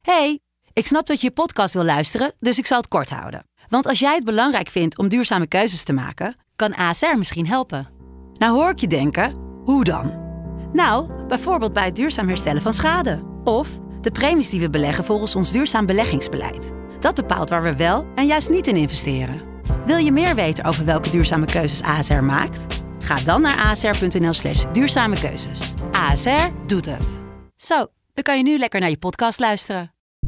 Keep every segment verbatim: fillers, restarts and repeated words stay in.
Hey, ik snap dat je je podcast wil luisteren, dus ik zal het kort houden. Want als jij het belangrijk vindt om duurzame keuzes te maken, kan A S R misschien helpen. Nou hoor ik je denken, hoe dan? Nou, bijvoorbeeld bij het duurzaam herstellen van schade. Of de premies die we beleggen volgens ons duurzaam beleggingsbeleid. Dat bepaalt waar we wel en juist niet in investeren. Wil je meer weten over welke duurzame keuzes A S R maakt? Ga dan naar asr.nl slash duurzame keuzes. A S R doet het. Zo, dan kan je nu lekker naar je podcast luisteren.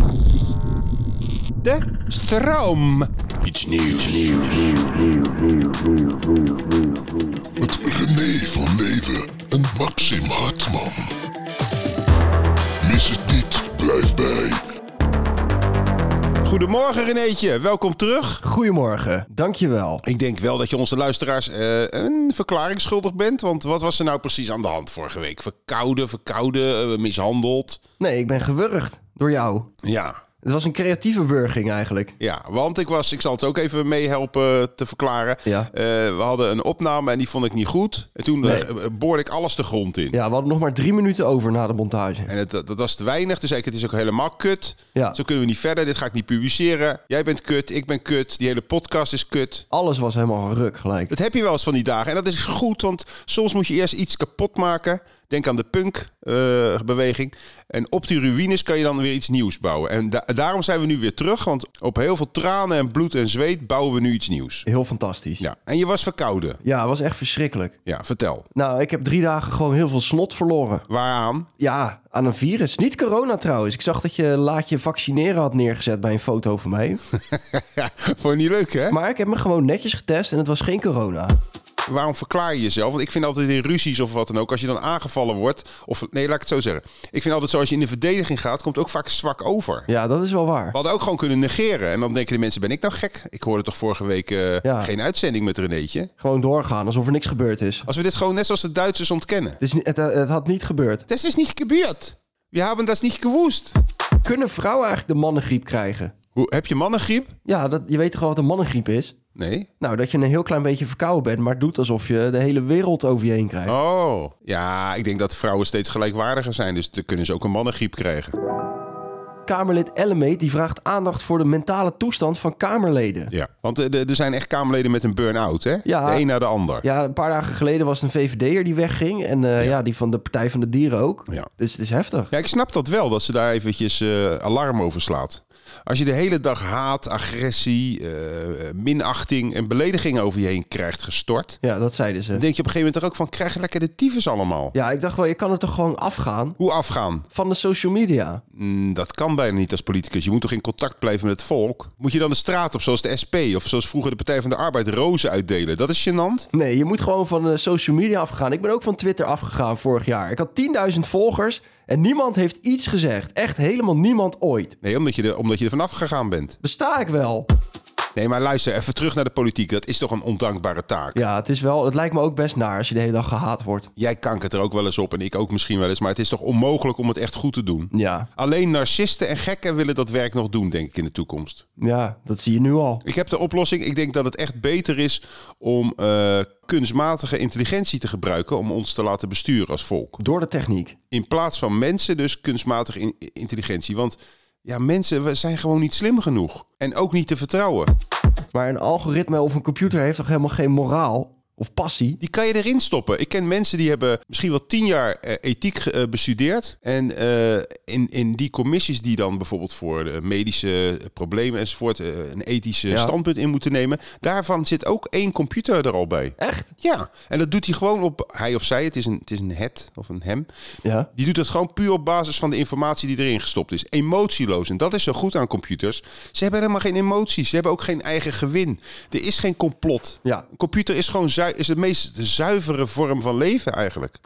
De stroom. Iets nieuws. Met René van Leeuwen en Maxim Hartman. Mis het niet, blijf bij. Goedemorgen Renéetje, welkom terug. Goedemorgen, dankjewel. Ik denk wel dat je onze luisteraars uh, een verklaring schuldig bent. Want wat was er nou precies aan de hand vorige week? Verkouden, verkouden, uh, mishandeld? Nee, ik ben gewurgd door jou. Ja. Het was een creatieve wurging eigenlijk. Ja, want ik was, ik zal het ook even meehelpen te verklaren. Ja. Uh, we hadden een opname en die vond ik niet goed. En toen nee. uh, boorde ik alles de grond in. Ja, we hadden nog maar drie minuten over na de montage. En het, dat was te weinig. Dus zei ik, het is ook helemaal kut. Ja. Zo kunnen we niet verder. Dit ga ik niet publiceren. Jij bent kut, ik ben kut. Die hele podcast is kut. Alles was helemaal ruk gelijk. Dat heb je wel eens van die dagen. En dat is goed, want soms moet je eerst iets kapot maken. Denk aan de punk-beweging. Uh, en op die ruïnes kan je dan weer iets nieuws bouwen. En da- daarom zijn we nu weer terug. Want op heel veel tranen en bloed en zweet bouwen we nu iets nieuws. Heel fantastisch. Ja. En je was verkouden. Ja, het was echt verschrikkelijk. Ja, vertel. Nou, ik heb drie dagen gewoon heel veel snot verloren. Waaraan? Ja, aan een virus. Niet corona trouwens. Ik zag dat je laat je vaccineren had neergezet bij een foto van mij. Ja, vond je niet leuk, hè? Maar ik heb me gewoon netjes getest en het was geen corona. Waarom verklaar je jezelf? Want ik vind altijd in ruzies of wat dan ook, als je dan aangevallen wordt... of nee, laat ik het zo zeggen. Ik vind altijd zo, als je in de verdediging gaat, komt het ook vaak zwak over. Ja, dat is wel waar. We hadden ook gewoon kunnen negeren. En dan denken de mensen, ben ik nou gek? Ik hoorde toch vorige week uh, ja. geen uitzending met Renéetje? Gewoon doorgaan, alsof er niks gebeurd is. Als we dit gewoon net zoals de Duitsers ontkennen. Het, is, het, het had niet gebeurd. Het is niet gebeurd. We hebben dat niet gewoest. Kunnen vrouwen eigenlijk de mannengriep krijgen? Hoe, heb je mannengriep? Ja, dat, je weet toch wel wat een mannengriep is? Nee. Nou, dat je een heel klein beetje verkouden bent, maar doet alsof je de hele wereld over je heen krijgt. Oh, ja, ik denk dat vrouwen steeds gelijkwaardiger zijn, dus dan kunnen ze ook een mannengriep krijgen. Kamerlid Ellemeet die vraagt aandacht voor de mentale toestand van Kamerleden. Ja, want er, er zijn echt Kamerleden met een burn-out, hè? Ja, de een na de ander. Ja, een paar dagen geleden was het een V V D'er die wegging. En uh, ja. ja, die van de Partij van de Dieren ook. Ja. Dus het is heftig. Ja, ik snap dat wel, dat ze daar eventjes uh, alarm over slaat. Als je de hele dag haat, agressie, uh, minachting en beledigingen over je heen krijgt gestort... Ja, dat zeiden ze. Dan denk je op een gegeven moment toch ook van, krijg lekker de tyfus allemaal. Ja, ik dacht wel, je kan er toch gewoon afgaan? Hoe afgaan? Van de social media. Mm, dat kan bijna niet als politicus. Je moet toch in contact blijven met het volk? Moet je dan de straat op, zoals de S P of zoals vroeger de Partij van de Arbeid, rozen uitdelen? Dat is gênant. Nee, je moet gewoon van de social media afgaan. Ik ben ook van Twitter afgegaan vorig jaar. Ik had tienduizend volgers... En niemand heeft iets gezegd. Echt helemaal niemand ooit. Nee, omdat je er, omdat je er vanaf gegaan bent. Besta ik wel? Nee, maar luister, even terug naar de politiek. Dat is toch een ondankbare taak? Ja, het is wel. Het lijkt me ook best naar als je de hele dag gehaat wordt. Jij kankert er ook wel eens op en ik ook misschien wel eens. Maar het is toch onmogelijk om het echt goed te doen? Ja. Alleen narcisten en gekken willen dat werk nog doen, denk ik, in de toekomst. Ja, dat zie je nu al. Ik heb de oplossing. Ik denk dat het echt beter is om uh, kunstmatige intelligentie te gebruiken... om ons te laten besturen als volk. Door de techniek. In plaats van mensen dus kunstmatige in- intelligentie. Want... Ja, mensen we zijn gewoon niet slim genoeg. En ook niet te vertrouwen. Maar een algoritme of een computer heeft toch helemaal geen moraal? Of passie? Die kan je erin stoppen. Ik ken mensen die hebben misschien wel tien jaar uh, ethiek uh, bestudeerd. En uh, in, in die commissies die dan bijvoorbeeld voor de medische problemen enzovoort... Uh, een ethische ja. standpunt in moeten nemen. Daarvan zit ook één computer er al bij. Echt? Ja, en dat doet hij gewoon op hij of zij. Het is een, het is een het of een hem. Ja. Die doet het gewoon puur op basis van de informatie die erin gestopt is. Emotieloos. En dat is zo goed aan computers. Ze hebben helemaal geen emoties. Ze hebben ook geen eigen gewin. Er is geen complot. Ja. Een computer is gewoon zu- is de meest zuivere vorm van leven eigenlijk.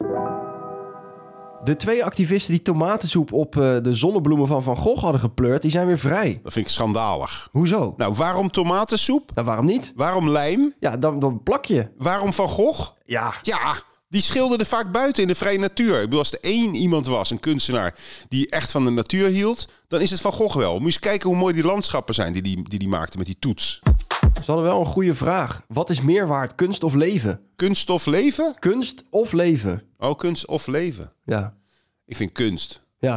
De twee activisten die tomatensoep op uh, de zonnebloemen van Van Gogh hadden gepleurd, die zijn weer vrij. Dat vind ik schandalig. Hoezo? Nou, waarom tomatensoep? Nou, waarom niet? Waarom lijm? Ja, dan, dan plak je. Waarom Van Gogh? Ja. Ja, die schilderde vaak buiten in de vrije natuur. Ik bedoel, als er één iemand was, een kunstenaar, die echt van de natuur hield, dan is het Van Gogh wel. Moet je eens kijken hoe mooi die landschappen zijn die die, die, die maakte met die toets. Ze hadden wel een goede vraag. Wat is meer waard, kunst of leven? Kunst of leven? Kunst of leven? Oh, kunst of leven. Ja. Ik vind kunst. Ja.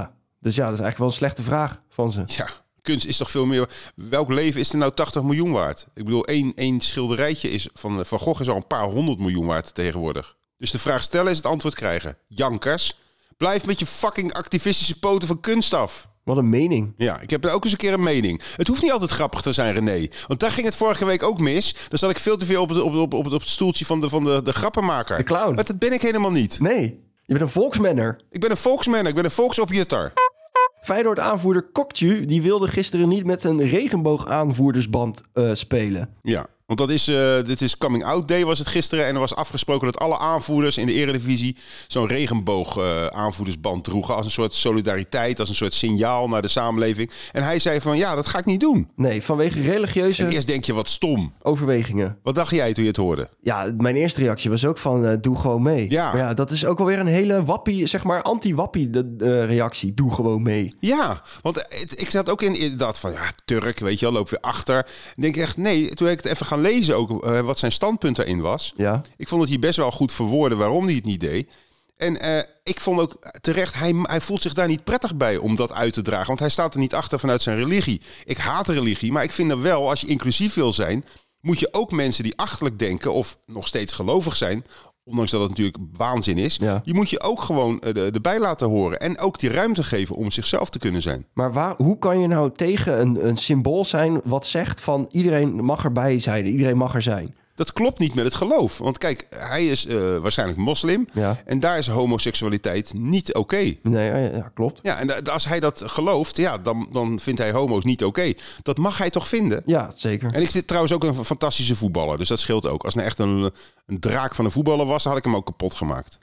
Dus ja, dat is eigenlijk wel een slechte vraag van ze. Ja, kunst is toch veel meer... Welk leven is er nou tachtig miljoen waard? Ik bedoel, één, één schilderijtje is van Van Gogh is al een paar honderd miljoen waard tegenwoordig. Dus de vraag stellen is het antwoord krijgen. Jankers, blijf met je fucking activistische poten van kunst af. Wat een mening. Ja, ik heb ook eens een keer een mening. Het hoeft niet altijd grappig te zijn, René. Want daar ging het vorige week ook mis. Dan zat ik veel te veel op het, op, op, op, op het stoeltje van de, van de, de grappenmaker. De clown. Maar dat ben ik helemaal niet. Nee, je bent een volksmanner. Ik ben een volksmanner, ik ben een volksopjutter. Feyenoord-aanvoerder Kokcu die wilde gisteren niet met een regenboog-aanvoerdersband uh, spelen. Ja, want dat is, uh, dit is coming out day was het gisteren. En er was afgesproken dat alle aanvoerders in de eredivisie zo'n regenboog uh, aanvoerdersband droegen. Als een soort solidariteit, als een soort signaal naar de samenleving. En hij zei van ja, dat ga ik niet doen. Nee, vanwege religieuze En eerst denk je wat stom. overwegingen. Wat dacht jij toen je het hoorde? Ja, mijn eerste reactie was ook van uh, doe gewoon mee. Ja. Maar ja, dat is ook alweer een hele wappie, zeg maar anti-wappie de, uh, reactie. Doe gewoon mee. Ja, want het, ik zat ook in inderdaad van ja, Turk, weet je wel, loop weer achter. En denk ik echt nee, toen ik het even gaan lezen ook uh, wat zijn standpunt daarin was. Ja. Ik vond dat hij best wel goed verwoordde waarom hij het niet deed. En uh, ik vond ook terecht, hij, hij voelt zich daar niet prettig bij om dat uit te dragen. Want hij staat er niet achter vanuit zijn religie. Ik haat religie, maar ik vind er wel, als je inclusief wil zijn, moet je ook mensen die achterlijk denken of nog steeds gelovig zijn, ondanks dat het natuurlijk waanzin is, Ja. die moet je ook gewoon uh, erbij laten horen. En ook die ruimte geven om zichzelf te kunnen zijn. Maar waar, hoe kan je nou tegen een, een symbool zijn wat zegt van iedereen mag erbij zijn, iedereen mag er zijn? Dat klopt niet met het geloof. Want kijk, hij is uh, waarschijnlijk moslim. Ja. En daar is homoseksualiteit niet oké. Okay. Nee, ja, ja, klopt. Ja, en da- als hij dat gelooft, ja, dan, dan vindt hij homo's niet oké. Okay. Dat mag hij toch vinden? Ja, zeker. En ik zit trouwens ook een fantastische voetballer. Dus dat scheelt ook. Als hij echt een, een draak van een voetballer was, dan had ik hem ook kapot gemaakt.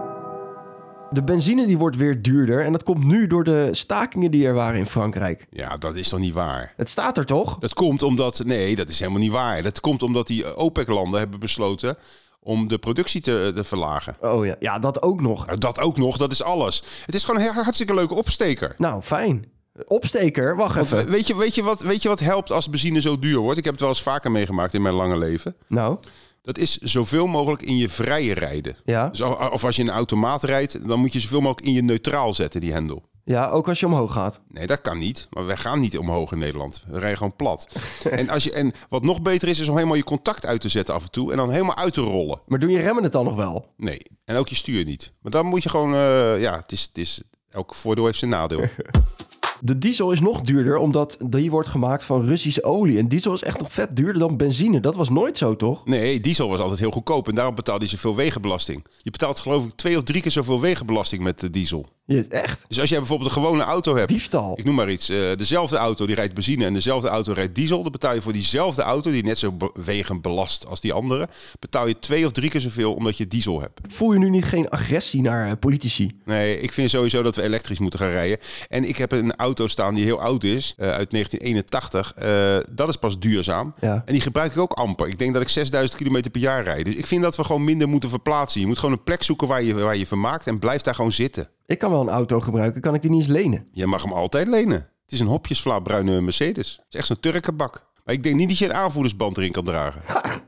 De benzine die wordt weer duurder en dat komt nu door de stakingen die er waren in Frankrijk. Ja, dat is toch niet waar? Het staat er toch? Dat komt omdat... Nee, dat is helemaal niet waar. Dat komt omdat die OPEC-landen hebben besloten om de productie te, te verlagen. Oh ja, ja, dat ook nog. Nou, dat ook nog, dat is alles. Het is gewoon een hartstikke leuke opsteker. Nou, fijn. Opsteker, wacht Want even. weet je, weet, je wat, weet je wat helpt als benzine zo duur wordt? Ik heb het wel eens vaker meegemaakt in mijn lange leven. Nou, Dat is zoveel mogelijk in je vrije rijden. ja. Dus of, of als je in een automaat rijdt, dan moet je zoveel mogelijk in je neutraal zetten, die hendel. Ja, ook als je omhoog gaat. Nee, dat kan niet. Maar wij gaan niet omhoog in Nederland. We rijden gewoon plat. en, als je, en wat nog beter is, is om helemaal je contact uit te zetten af en toe. En dan helemaal uit te rollen. Maar doe je remmen het dan nog wel? Nee, en ook je stuur niet. Maar dan moet je gewoon... Uh, ja, het is, het is, elk voordeel heeft zijn nadeel. De diesel is nog duurder, omdat die wordt gemaakt van Russische olie. En diesel is echt nog vet duurder dan benzine. Dat was nooit zo, toch? Nee, diesel was altijd heel goedkoop. En daarom betaalde je zoveel wegenbelasting. Je betaalt geloof ik twee of drie keer zoveel wegenbelasting met de diesel. Je, echt? Dus als jij bijvoorbeeld een gewone auto hebt... Diefstal. Ik noem maar iets. Uh, dezelfde auto die rijdt benzine en dezelfde auto rijdt diesel. Dan betaal je voor diezelfde auto, die net zo be- wegen belast als die andere... betaal je twee of drie keer zoveel omdat je diesel hebt. Voel je nu niet geen agressie naar uh, politici? Nee, ik vind sowieso dat we elektrisch moeten gaan rijden. En ik heb een auto staan die heel oud is, uh, uit negentien eenentachtig. Uh, dat is pas duurzaam. Ja. En die gebruik ik ook amper. Ik denk dat ik zesduizend kilometer per jaar rijd. Dus ik vind dat we gewoon minder moeten verplaatsen. Je moet gewoon een plek zoeken waar je, waar je vermaakt en blijf daar gewoon zitten. Ik kan wel een auto gebruiken, kan ik die niet eens lenen? Je mag hem altijd lenen. Het is een hopjesvlaap bruine Mercedes. Het is echt zo'n Turkenbak. Maar ik denk niet dat je een aanvoerdersband erin kan dragen.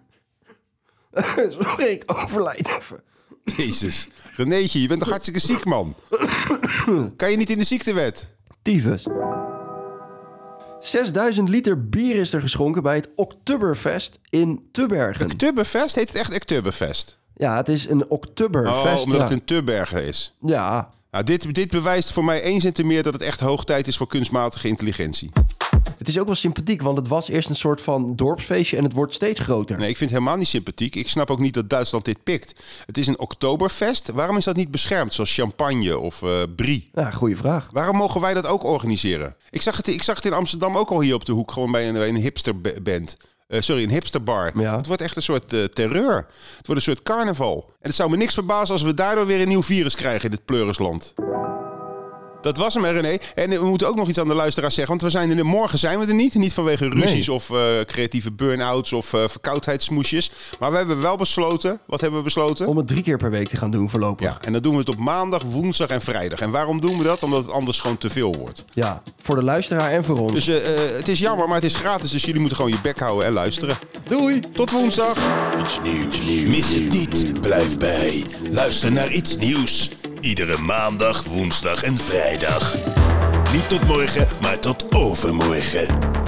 Sorry, ik overlijd even. Jezus. Renéetje, je bent toch hartstikke ziek, man? Kan je niet in de ziektewet? Tyfus. zesduizend liter bier is er geschonken bij het Oktoberfest in Tubbergen. Oktoberfest? Heet het echt Oktoberfest? Ja, het is een Oktoberfest. Oh, omdat ja. het in Tubbergen is. Ja. Nou, dit, dit bewijst voor mij eens en te meer dat het echt hoog tijd is voor kunstmatige intelligentie. Het is ook wel sympathiek, want het was eerst een soort van dorpsfeestje en het wordt steeds groter. Nee, ik vind het helemaal niet sympathiek. Ik snap ook niet dat Duitsland dit pikt. Het is een Oktoberfest. Waarom is dat niet beschermd, zoals champagne of uh, brie? Ja, goede vraag. Waarom mogen wij dat ook organiseren? Ik zag het, ik zag het in Amsterdam ook al hier op de hoek, gewoon bij een, bij een hipsterband. Uh, sorry, een hipsterbar. Ja. Het wordt echt een soort uh, terreur. Het wordt een soort carnaval. En het zou me niks verbazen als we daardoor weer een nieuw virus krijgen in dit pleurisland. Dat was hem, René. En we moeten ook nog iets aan de luisteraars zeggen. Want we zijn er, morgen zijn we er niet. Niet vanwege ruzies Nee. of uh, creatieve burn-outs of uh, verkoudheidssmoesjes. Maar we hebben wel besloten... Wat hebben we besloten? Om het drie keer per week te gaan doen voorlopig. Ja, en dan doen we het op maandag, woensdag en vrijdag. En waarom doen we dat? Omdat het anders gewoon te veel wordt. Ja, voor de luisteraar en voor ons. Dus uh, uh, het is jammer, maar het is gratis. Dus jullie moeten gewoon je bek houden en luisteren. Doei! Tot woensdag! Iets nieuws. Mis het niet. Blijf bij. Luister naar Iets Nieuws. Iedere maandag, woensdag en vrijdag. Niet tot morgen, maar tot overmorgen.